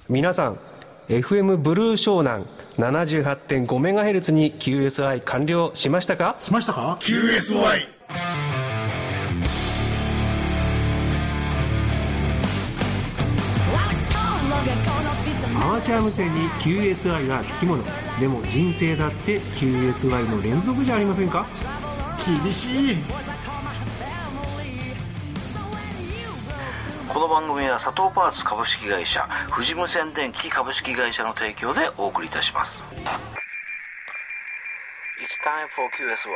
皆さん FM ブルー湘南 78.5MHz に QSI 完了しましたか？ QSY。 アマチュア無線に QSI がつきもの。でも人生だって QSI の連続じゃありませんか？ 厳しい。 この番組は佐藤パーツ株式会社、富士無線電機株式会社の提供でお送りいたします。 It's time for QSY.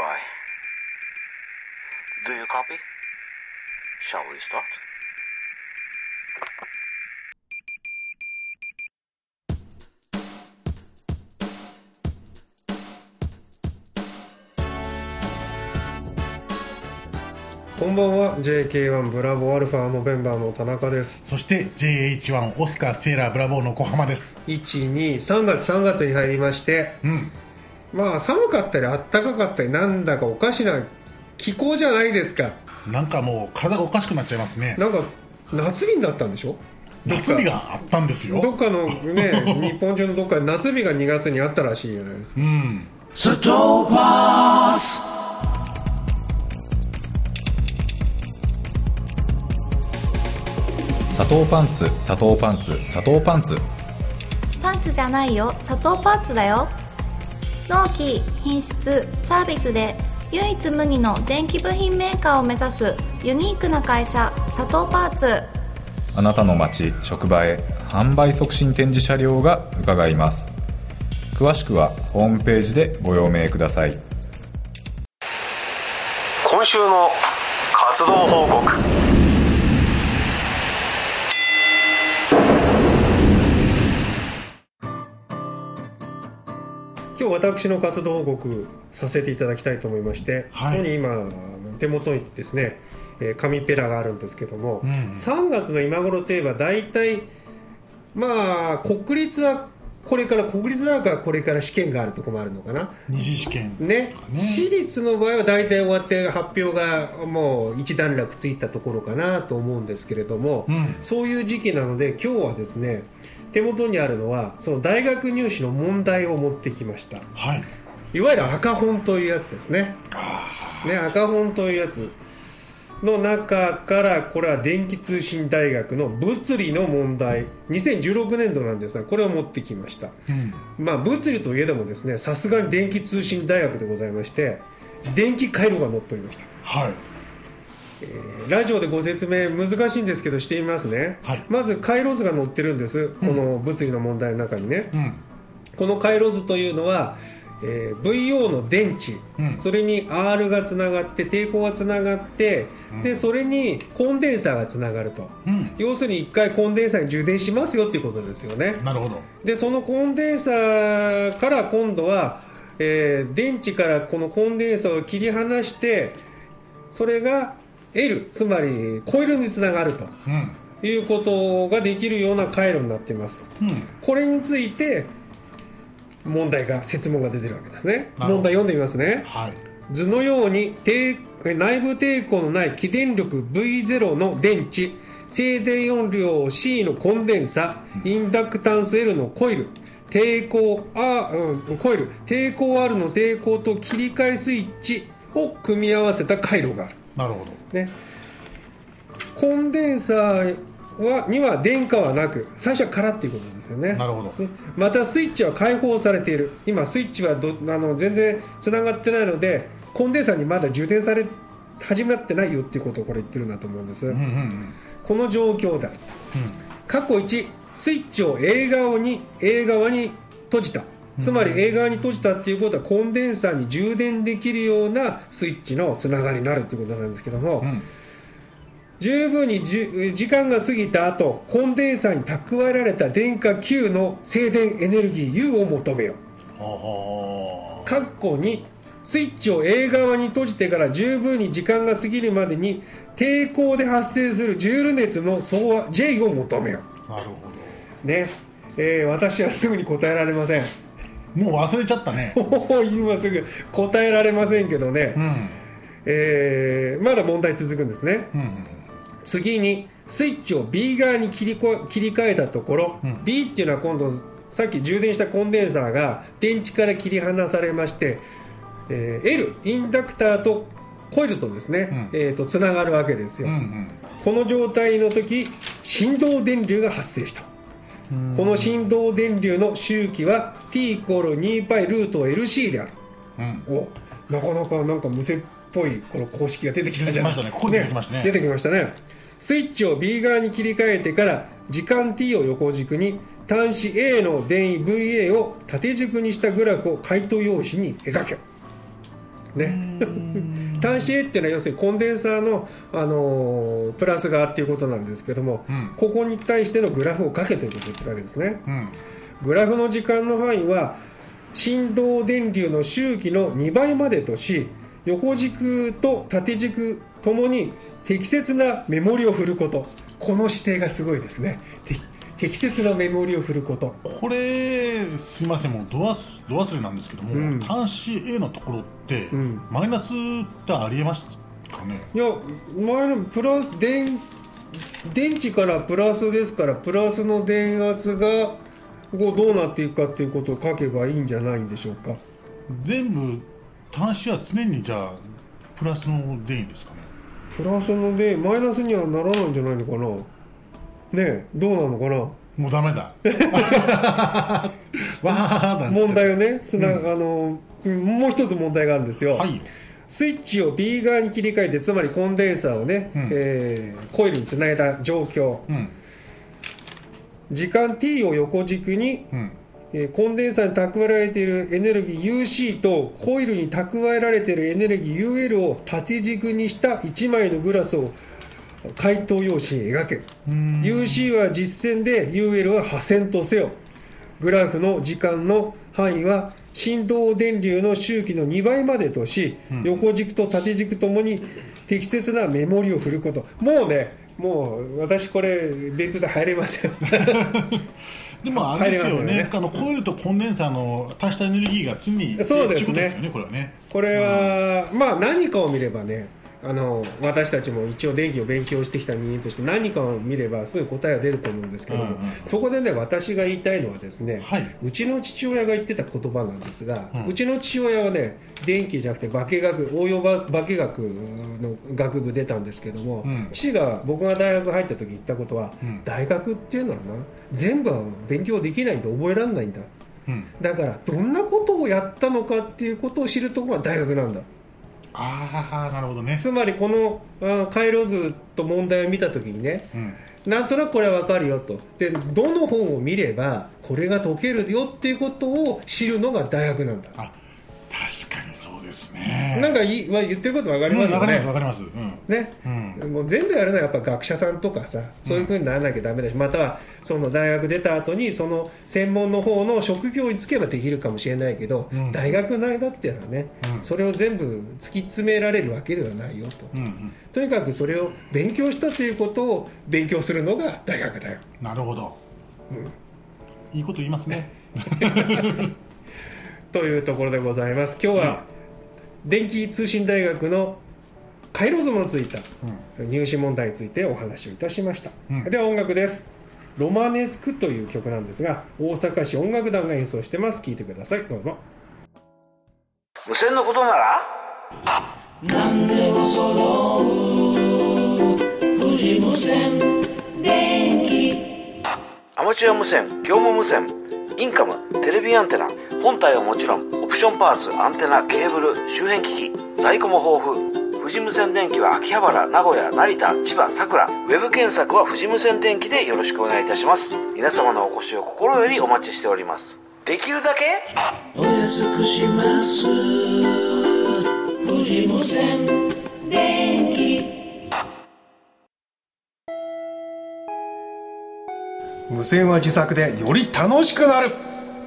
Do you copy? Shall we start? こんばんは。 JK1 ブラボーアルファノベンバーの田中です。 そして JH1 オスカーセーラーブラボーの小浜です。 3月に入りまして、まあ寒かったり暖かかったりなんだかおかしな気候じゃないですか。 なんかもう体がおかしくなっちゃいますね。 なんか夏日になったんでしょ。 夏日があったんですよ。 どっかのね日本中のどっかで夏日が2月にあったらしいじゃないですか。 佐藤パーツ。 佐藤パンツ、佐藤パンツ、佐藤パンツ。 パンツじゃないよ、佐藤パーツだよ。納期、品質、サービスで唯一無二の電気部品メーカーを目指すユニークな会社、佐藤パーツ。 あなたの街、職場へ販売促進展示車両が伺います。詳しくはホームページでご用命ください。 今週の活動報告。今日私の活動報告させていただきたいと思いまして、ここに今手元にですね紙ペラがあるんですけども、3月の今頃といえば大体まあ国立はこれから国立なんかこれから試験があるところもあるのかな。 二次試験ね。私立の場合は大体終わって発表がもう一段落ついたところかなと思うんですけれども、そういう時期なので今日はですね手元にあるのはその大学入試の問題を持ってきました。いわゆる赤本というやつですね。赤本というやつの中からこれは電気通信大学の物理の問題2016年度なんですがこれを持ってきました。まあ物理といえどもですねさすがに電気通信大学でございまして電気回路が載っておりました。ラジオでご説明難しいんですけどしてみますね。まず回路図が載ってるんです、この物理の問題の中にね、この回路図というのは、VO の電池、それに R がつながって抵抗がつながって、でそれにコンデンサーがつながると、要するに1回コンデンサーに充電しますよっていうことですよね。 なるほど。 でそのコンデンサーから今度は、電池からこのコンデンサーを切り離してそれがL つまりコイルにつながると、いうことができるような回路になっています、これについて設問が出てるわけですね。問題読んでみますね、図のように内部抵抗のない起電力 V0 の電池静電音量 C のコンデンサインダクタンス L のコイル抵抗 R の抵抗と切り替えスイッチを組み合わせた回路がある。 なるほど、 コンデンサーには電荷はなく最初は空っていうことですよね。 なるほど、 またスイッチは開放されている。今スイッチは全然つながってないのでコンデンサーにまだ充電され始まってないよっていうことをこれ言ってるんだと思うんです、この状況だ、括弧1スイッチを A 側に閉じた。つまり A 側に閉じたっていうことはコンデンサーに充電できるようなスイッチのつながりになるっていうことなんですけども、十分に時間が過ぎた後コンデンサーに蓄えられた電荷 Q の静電エネルギー U を求めよう。括弧2スイッチを A 側に閉じてから十分に時間が過ぎるまでに抵抗で発生するジュール熱の総和 J を求めよう。 なるほどね、私はすぐに答えられません。 もう忘れちゃったね今すぐ答えられませんけどね、まだ問題続くんですね、次にスイッチを B 側に切り替えたところ、B っていうのは今度さっき充電したコンデンサーが電池から切り離されまして、L インダクターとコイルとですね、つながるわけですよ、この状態の時振動電流が発生した。この振動電流の周期は T イコール 2π ルート LC である、お、なかなかなんか無線っぽいこの公式が出てきたじゃないですか。 出てきましたね。 出てきましたね。スイッチを B 側に切り替えてから時間 T を横軸に端子 A の電位 VA を縦軸にしたグラフを回答用紙に描け、ね、端子 A っていうのは要するにコンデンサーの、プラス側っていうことなんですけども、ここに対してのグラフを書けということを言ってるわけですね、グラフの時間の範囲は振動電流の周期の2倍までとし、横軸と縦軸ともに適切なメモリを振ること。この指定がすごいですね。適切なメモリを振ること。これすいません、もうど忘れなんですけども、端子 A のところって、マイナスってありえますかね。 いや、前のプラス電池からプラスですから、プラスの電圧がどうなっていくかっていうことを書けばいいんじゃないんでしょうか。 全部端子は常にじゃあプラスの電位ですかね。 プラスの電マイナスにはならないんじゃないのかな。ねえ、どうなのかな。 もうダメだ問題をね、もう一つ問題があるんですよ、スイッチを B 側に切り替えて、つまりコンデンサーをね、コイルにつないだ状況、時間 T を横軸に、コンデンサーに蓄えられているエネルギー UC とコイルに蓄えられているエネルギー UL を縦軸にした1枚のグラフを回答用紙に描け。 UC は実線で UL は破線とせよ。グラフの時間の範囲は振動電流の周期の2倍までとし、横軸と縦軸ともに適切なメモリを振ること。もう私これ別で入れませんでもあれですよね、コイルとコンデンサーの足したエネルギーが常にそうですね、これは、何かを見ればね、私たちも一応電気を勉強してきた人間として何かを見ればすぐ答えが出ると思うんですけども、そこでね、私が言いたいのはですね、うちの父親が言ってた言葉なんですが、うちの父親はね、電気じゃなくて化学、応用化学の学部出たんですけども、父が僕が大学入った時言ったことは、大学っていうのはな、全部は勉強できないんで覚えられないんだ、だからどんなことをやったのかっていうことを知るところが大学なんだ。 なるほどね。 つまりこの回路図と問題を見たときにね、なんとなくこれは分かるよと。で、どの本を見ればこれが解けるよっていうことを知るのが大学なんだ。 確かにそうですね。 なんか言ってること分かりますよね。 分かります。 ね、もう全部やるのはやっぱ学者さんとかさ、そういう風にならなきゃダメだし、またはその大学出た後にその専門の方の職業に就けばできるかもしれないけど、大学内だっていうのはね、それを全部突き詰められるわけではないよと、とにかくそれを勉強したということを勉強するのが大学だよ。 なるほど、いいこと言いますねというところでございます。今日は電気通信大学の回路図のついた入試問題についてお話をいたしました、では音楽です。ロマネスクという曲なんですが、大阪市音楽団が演奏してます。聴いてください、どうぞ。 無線のことなら何でも揃う富士無線電気。アマチュア無線、業務無線、インカム、テレビアンテナ、本体はもちろんオプションパーツ、アンテナ、ケーブル、周辺機器、在庫も豊富。富士無線電機は秋葉原、名古屋、成田、千葉、佐倉。ウェブ検索は富士無線電機でよろしくお願いいたします。皆様のお越しを心よりお待ちしております。できるだけお安くします。富士無線電機。 無線は自作でより楽しくなる。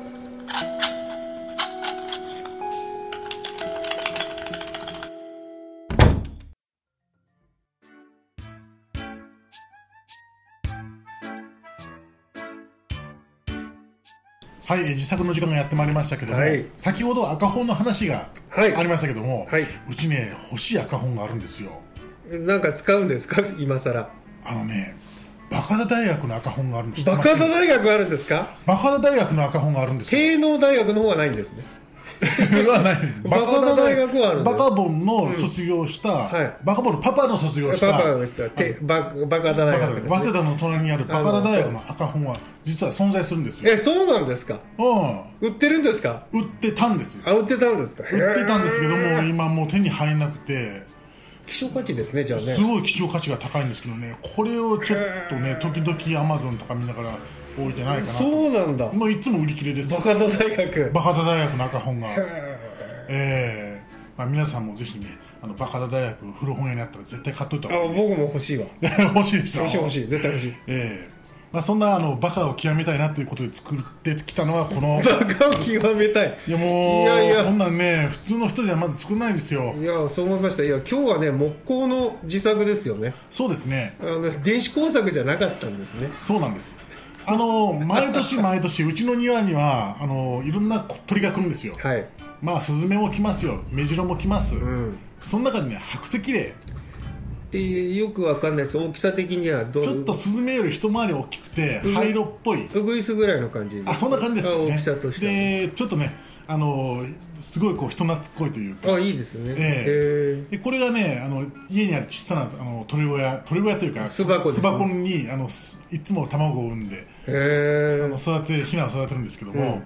はい、自作の時間がやってまいりましたけども、先ほど赤本の話がありましたけども、うちね、欲しい赤本があるんですよ。 なんか使うんですか、今更。 バカダ大学の赤本があるんです。 バカダ大学あるんですか？ バカダ大学の赤本があるんですよ。 芸能大学の方はないんですね。 はないです。 バカダ大学はあるんです。 バカボンの卒業した、はい、バカボンのパパの卒業したパパのしたバカダ大学です、ね、 早稲田の隣にあるバカダ大学の赤本は実は存在するんですよ。 そうなんですか？売ってるんですか？ 売ってたんですよ。 売ってたんですか？ 売ってたんですけども今もう手に入らなくて、 希少価値ですね。じゃあね、 すごい希少価値が高いんですけどね、これをちょっとね時々アマゾンとか見ながら置いてないかなと。 そうなんだ。 もういつも売り切れです。 バカダ大学の赤本がまあ、皆さんもぜひねバカダ大学古本屋にあったら絶対買っといた方がいいです。 僕も欲しいわ。 欲しいでしょ。 欲しい絶対欲しい。 まあ、そんなバカを極めたいなということで作ってきたのはこのバカを極めたい。 いやもうこんなんね普通の人じゃまず作らないですよ。 いやそう思いました。いや今日はね木工の自作ですよね。 そうですね。 電子工作じゃなかったんですね。 そうなんです。毎年毎年うちの庭にはいろんな鳥が来るんですよ。はい。まあスズメも来ますよ、メジロも来ます、その中にね白石霊ってよくわかんないです。大きさ的にはちょっとスズメより一回り大きくて灰色っぽいウグイスぐらいの感じ。 そんな感じですよね。 大きさとしてでちょっとねすごいこう人懐っこいというか。 いいですね。 でこれがね家にある小さな鳥小屋というか巣箱にいつも卵を産んでヒナを育てるんですけども、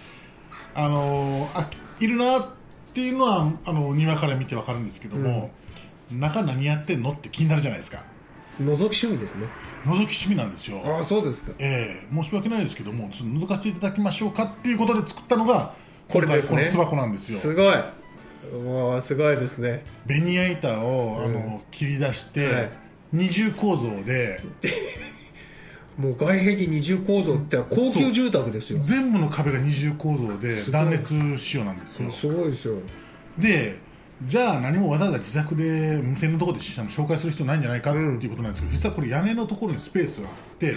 いるなっていうのは庭から見てわかるんですけども、中何やってんのって気になるじゃないですか。 覗き趣味ですね。 覗き趣味なんですよ。 そうですか。 申し訳ないですけどもちょっと覗かせていただきましょうかっていうことで作ったのがこれですね。 この巣箱なんですよ。 すごい。もうすごいですね。 ベニヤ板を切り出して二重構造でもう外壁二重構造って高級住宅ですよ。 全部の壁が二重構造で断熱仕様なんですよ。 すごいですよ。 でじゃあ何もわざわざ自作で無線のところで紹介する必要ないんじゃないかっていうことなんですけど、実はこれ屋根のところにスペースがあって、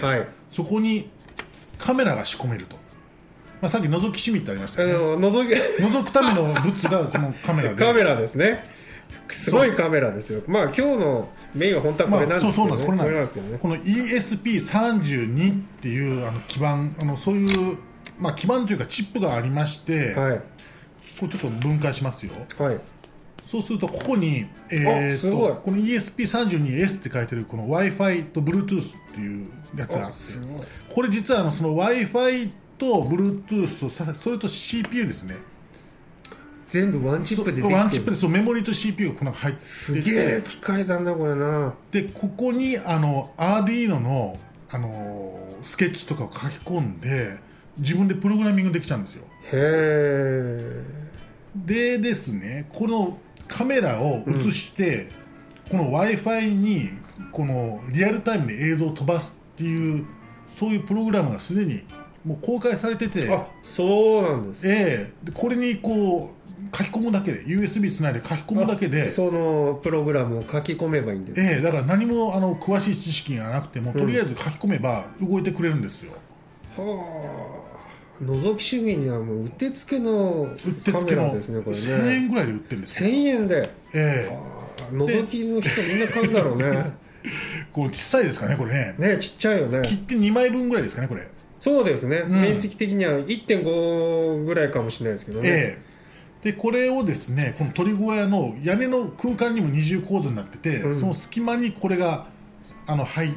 そこにカメラが仕込めると。まあ、さっき覗き趣味ってありましたけど、覗くための物がこのカメラでカメラですね。すごいカメラですよ。まあ今日のメインは本当はこれなんですけどね。 これなんですけどね。この ESP32 っていう基板そういう基板というかチップがありまして、これちょっと分解しますよ。そうするとここにこの ESP32S って書いてるこの Wi-Fi と Bluetooth っていうやつがあって、これ実はその Wi-Fi と Bluetooth とそれと CPU ですね。 全部ワンチップでできてる。 ワンチップでメモリと CPU が入ってて、 すげえ機械だなこれな。 でここにArduino のスケッチとかを書き込んで自分でプログラミングできちゃうんですよ。 へー。 でですね、このカメラを映して、この Wi-Fi にこのリアルタイムで映像を飛ばすっていうそういうプログラムがすでにもう公開されてて、 そうなんです。 でこれにこう書き込むだけで USB つないで書き込むだけでそのプログラムを書き込めばいいんです。 だから何も詳しい知識がなくてもとりあえず書き込めば動いてくれるんですよ。 覗き趣味にはもううってつけのカメラですね。これね 1000円ぐらいで売ってるんですよ。 1000円で。覗きの人みんな買うんだろうね。 こう小さいですかねこれね。 ちっちゃいよね。 切って2枚分ぐらいですかねこれ。 そうですね、面積的には 1.5 ぐらいかもしれないですけどね。 でこれをですねこの鳥小屋の屋根の空間にも二重構造になってて、その隙間にこれが入って、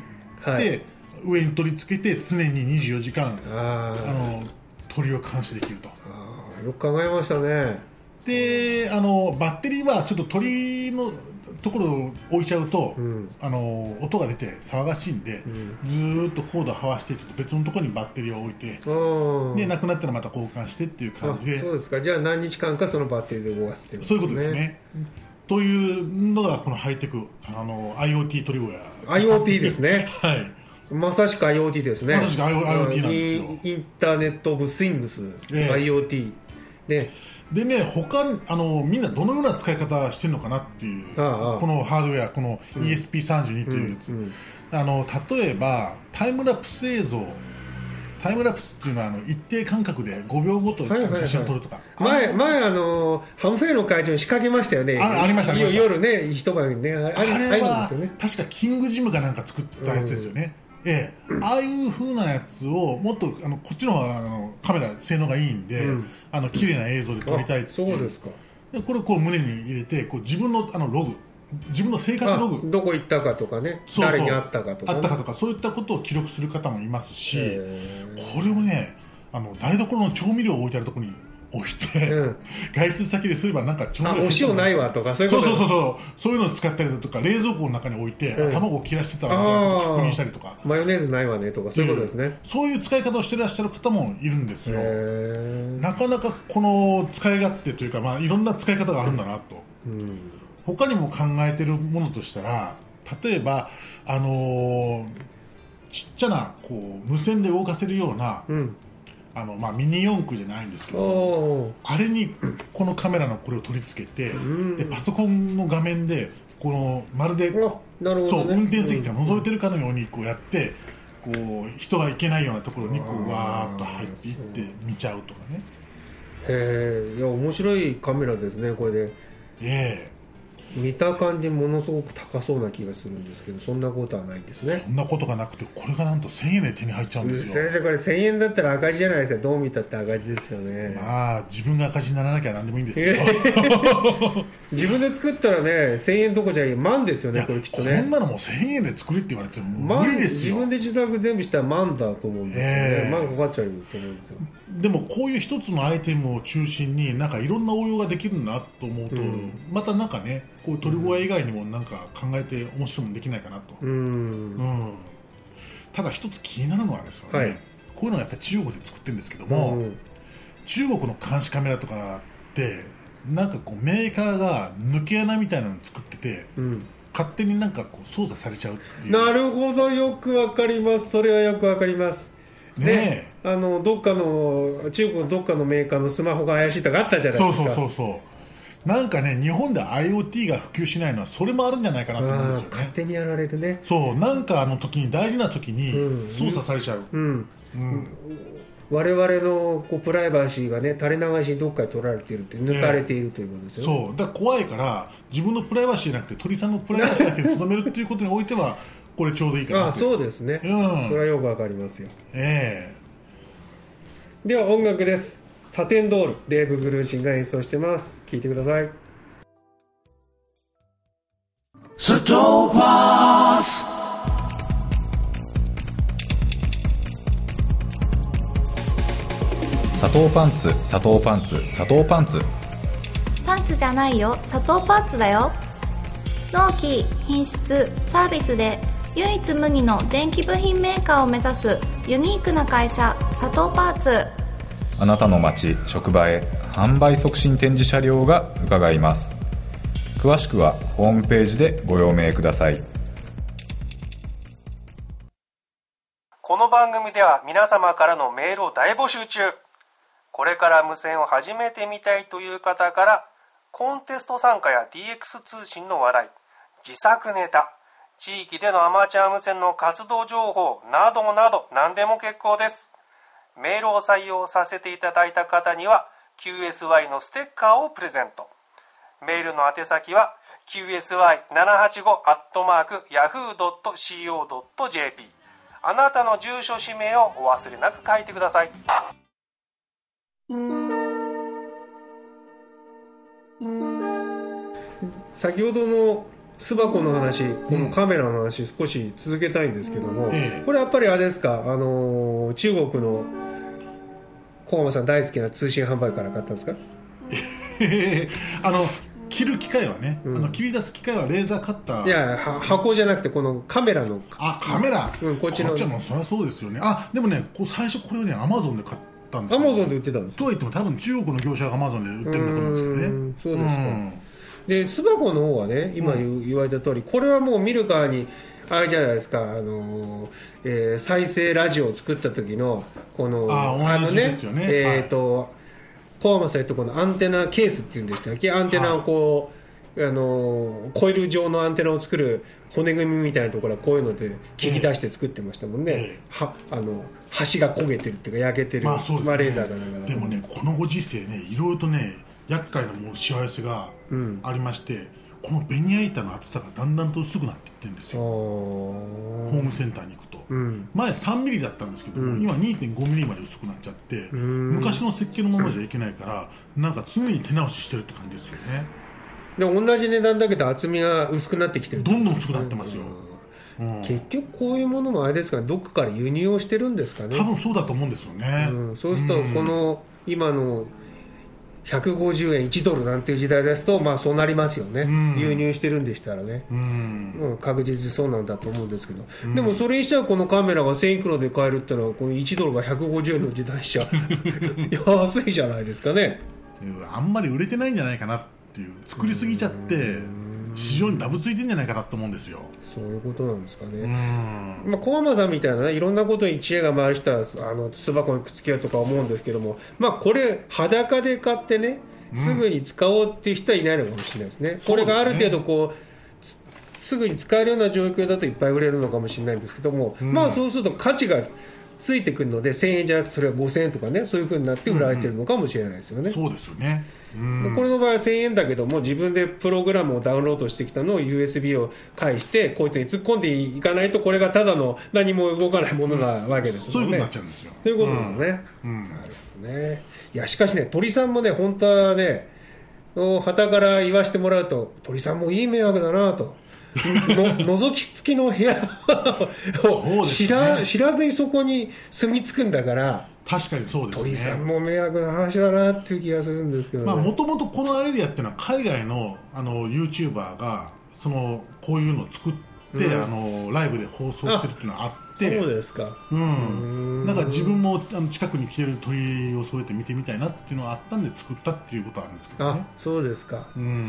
上に取り付けて常に24時間鳥を監視できると。 よく考えましたね。 でバッテリーはちょっと鳥のところを置いちゃうと、音が出て騒がしいんで、ずーっとコードをはわして別のところにバッテリーを置いて、でなくなったらまた交換してっていう感じで。 そうですか。じゃあ何日間かそのバッテリーで動かすっていうことですね。 そういうことですね。というのがこのハイテクIoT 鳥小屋。 IoT ですね。 はい。 まさしく IoT ですね。 まさしく IoT なんですよ。 インターネット・オブ・スイングス、IoT でね、みんなどのような使い方してるのかなっていう、このハードウェア、この ESP32 というやつ、例えばタイムラプス映像、タイムラプスっていうのは一定間隔で5秒ごとに写真を撮るとか、 前ハムフェイの会場に仕掛けましたよね。 ありました。 夜ね、一晩ね、あれは確かキングジムがなんか作ったやつですよね。 ああいう風なやつをもっとこっちの方がカメラ性能がいいんで、綺麗な映像で撮りたいっていう。 そうですか。 これこう胸に入れて自分のログ、自分の生活ログ、 どこ行ったかとかね、 そうそう誰に会ったかとか、ね、 そういったことを記録する方もいますし、これをね台所の調味料を置いてあるところに置いて、外出先でそういえばなんか調味料お塩ないわとかそういうこと、 そういうのを使ったりだとか、冷蔵庫の中に置いて、卵を切らしてたら確認したりとか、 マヨネーズないわねとか、そういうことですね。 そういう使い方をしていらっしゃる方もいるんですよ。なかなかこの使い勝手というか、いろんな使い方があるんだなと。他にも考えているものとしたら、例えばちっちゃな無線で動かせるような、ミニ四駆じゃないんですけど、あれにこのカメラのこれを取り付けて、でパソコンの画面でまるでそう運転席が覗いてるかのようにやって人が行けないようなところにわーっと入っていって見ちゃうとかね。 いや面白いカメラですねこれで。見た感じものすごく高そうな気がするんですけど、そんなことはないですね。 そんなことがなくて、これがなんと1000円で手に入っちゃうんですよ。 先生これ1000円だったら赤字じゃないですか。どう見たって赤字ですよね。 自分が赤字にならなきゃ何でもいいんですよ自分で作ったらね1000円どこじゃいい万ですよね。これきっとね、 こんなのもう1000円で作れって言われても無理ですよ。 自分で自作全部したら万だと思うんですよね。万かかっちゃうと思うんですよ。 でもこういう一つのアイテムを中心になんかいろんな応用ができるんだと思うと、またなんかねこう鳥小屋以外にもなんか考えて面白いものできないかなと。ただ一つ気になるのはですよね、こういうのはやっぱり中国で作ってるんですけども、中国の監視カメラとかってなんかメーカーが抜け穴みたいなのを作ってて、勝手になんか操作されちゃうっていう。 なるほど、よくわかります。それはよくわかりますね。どっかの中国のどっかのメーカーのスマホが怪しいとかあったじゃないですか。 そうなんかね、日本で IoT が普及しないのはそれもあるんじゃないかなと思うんですよね。 勝手にやられるね。 なんか時に大事な時に操作されちゃう。 我々のプライバシーがね垂れ流しにどっかに取られているって抜かれているということですよね。 だから怖いから自分のプライバシーじゃなくて鳥さんのプライバシーだけにとどめるっていうことにおいてはこれちょうどいいかなと。 そうですね、それはよくわかりますよ。では音楽です。サテンドール、デーブ・グルーシンが演奏してます。聴いてください。 ストーパース砂糖パンツ、砂糖パンツ、砂糖パンツ。 パンツじゃないよ、砂糖パンツだよ。納期、品質、サービスで唯一無二の電気部品メーカーを目指すユニークな会社、砂糖パーツ。 あなたの街、職場へ販売促進展示車両が伺います。詳しくはホームページでご用命ください。 この番組では皆様からのメールを大募集中。これから無線を始めてみたいという方から、コンテスト参加や DX 通信の話題、自作ネタ、地域でのアマチュア無線の活動情報などなど何でも結構です。メールを採用させていただいた方には QSY のステッカーをプレゼント。メールの宛先は qsy785@yahoo.co.jp。 あなたの住所氏名をお忘れなく書いてください。先ほどの巣箱の話、このカメラの話少し続けたいんですけども、これやっぱりあれですか、中国の小浜さん大好きな通信販売から買ったんですか？ 切る機械はね、切り出す機械はレーザーカッター。 いや、箱じゃなくてこのカメラの。 カメラ、 こっちの。 こっちはもうそりゃそうですよね。でもね、最初これをね、アマゾンで買ったんですよ。 アマゾンで売ってたんですか？ とは言っても多分中国の業者がアマゾンで売ってるんだと思うんですけどね。 そうですか。で巣箱の方はね、今言われた通り、これはもう見るからにあれじゃないですか、再生ラジオを作った時のこの同じですよね。 小浜さんとこのアンテナケースっていうんでしたっけ、アンテナをコイル状のアンテナを作る骨組みみたいなところはこういうので聞き出して作ってましたもんね。端が焦げてるっていうか焼けてる、レーザーがなんか。 でもね、このご時世ね、いろいろとね厄介なしわ寄せがありまして、 このベニヤ板の厚さがだんだんと薄くなっていってるんですよ、ホームセンターに行くと、前3ミリだったんですけども、今 2.5 ミリまで薄くなっちゃって、昔の設計のままじゃいけないから、なんか常に手直ししてるって感じですよね。 でも同じ値段だけど厚みが薄くなってきてる、 どんどん薄くなってますよ、 結局こういうものもあれですかね、どっかから輸入をしてるんですかね。 多分そうだと思うんですよね、 そうするとこの今の150円1ドルなんていう時代ですと、まあそうなりますよね、輸入してるんでしたらね、確実にそうなんだと思うんですけど、でもそれにしてはこのカメラが1000いくらで買えるってのは、この1ドルが150円の時代にしちゃ安いじゃないですかね。 あんまり売れてないんじゃないかなっていう、作りすぎちゃって市場にダブついてんじゃないかなと思うんですよ。 そういうことなんですかね。まあ、小浜さんみたいな、ね、いろんなことに知恵が回る人は巣箱にくっつけようとか思うんですけども、まあ、これ裸で買ってねすぐに使おうっていう人はいないのかもしれないですね。これがある程度こうすぐに使えるような状況だといっぱい売れるのかもしれないんですけども、まあそうすると価値がついてくるので1000円じゃなくてそれは5000円とかね、そういう風になって売られてるのかもしれないですよね。 そうですよね。 これの場合は1000円だけども、自分でプログラムをダウンロードしてきたのを USB を介してこいつに突っ込んでいかないと、これがただの何も動かないものなわけですよね。 そういうことになっちゃうんですよ。 そういうことですよね。なるほどね。いやしかしね、鳥さんもね、本当はね、旗から言わせてもらうと、鳥さんもいい迷惑だなと。覗き付きの部屋を知らずにそこに住み着くんだから、 確かにそうですね。 鳥さんも迷惑な話だなっていう気がするんですけど、 もともとこのアイデアっていうのは海外のYouTuber がこういうのを作って、ライブで放送してるっていうのがあって、 そうですか。 なんか自分も近くに来てる鳥をそうやって見てみたいなっていうのがあったんで作ったっていうことはあるんですけどね。 あ、そうですか。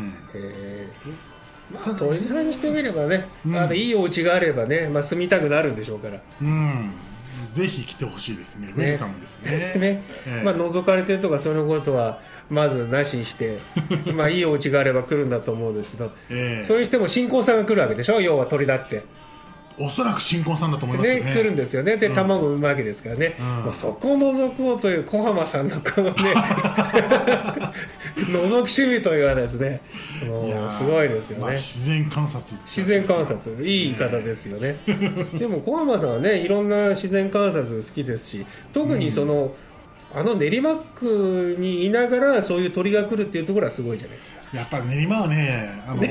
まあ、鳥さんにしてみればね、いいお家があればね、まあ、住みたくなるんでしょうから、 ぜひ来てほしいですね。ウェルカムですね。 まあ、覗かれてるとかそういうことはまずなしにしてまあいいお家があれば来るんだと思うんですけど、それにしても新婚さんが来るわけでしょ、要は鳥だって。 おそらく新婚さんだと思いますよね。 来るんですよね。で、卵を産むわけですからね、もうそこを覗こうという小浜さんのこのね覗き趣味というのはですね、もうすごいですよね。 自然観察、 自然観察、いい言い方ですよね。でも小浜さんはね、いろんな自然観察好きですし、特に練馬区にいながらそういう鳥が来るっていうところはすごいじゃないですか。 やっぱ練馬はね、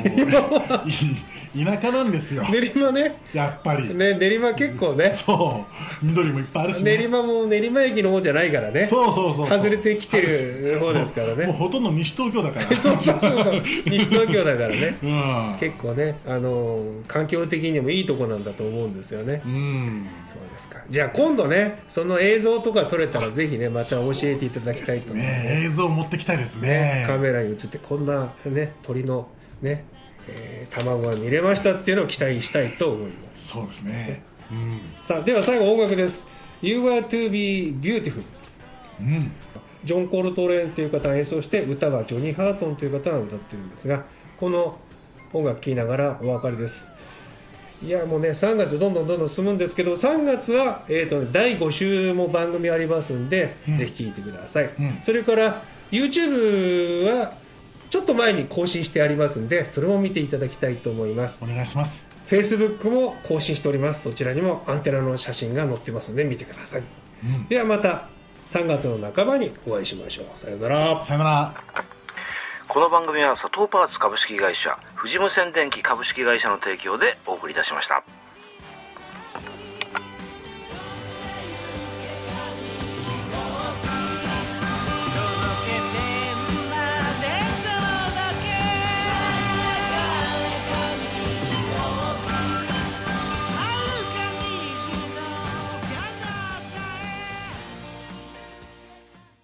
田舎なんですよ。 練馬ね、 やっぱりね、練馬結構ね、 そう緑もいっぱいあるしね。 練馬も練馬駅の方じゃないからね、 そう外れてきてる方ですからね。 もうほとんど西東京だからそう西東京だからね、結構ね、環境的にもいいとこなんだと思うんですよね。そうですか。じゃあ今度ね、その映像とか撮れたらぜひね、また教えていただきたいと思います。 映像持ってきたいですね。 カメラに映ってこんなね、鳥のね、卵が見れましたっていうのを期待したいと思います。 そうですね。 さあ、では最後音楽です。 You are to be beautiful、ジョン・コールトレーンという方が演奏して、歌はジョニー・ハートンという方が歌ってるんですが、この音楽聴きながらお別れです。いやもうね、3月どんどん進むんですけど、3月は、第5週も番組ありますんで、ぜひ聴いてください。それから YouTube はちょっと前に更新してありますんで、それも見ていただきたいと思います。 お願いします。 Facebook も更新しております。そちらにもアンテナの写真が載ってますので見てください。ではまた3月の半ばにお会いしましょう。さよなら。 さよなら。 この番組は佐藤パーツ株式会社、富士無線電機株式会社の提供でお送りいたしました。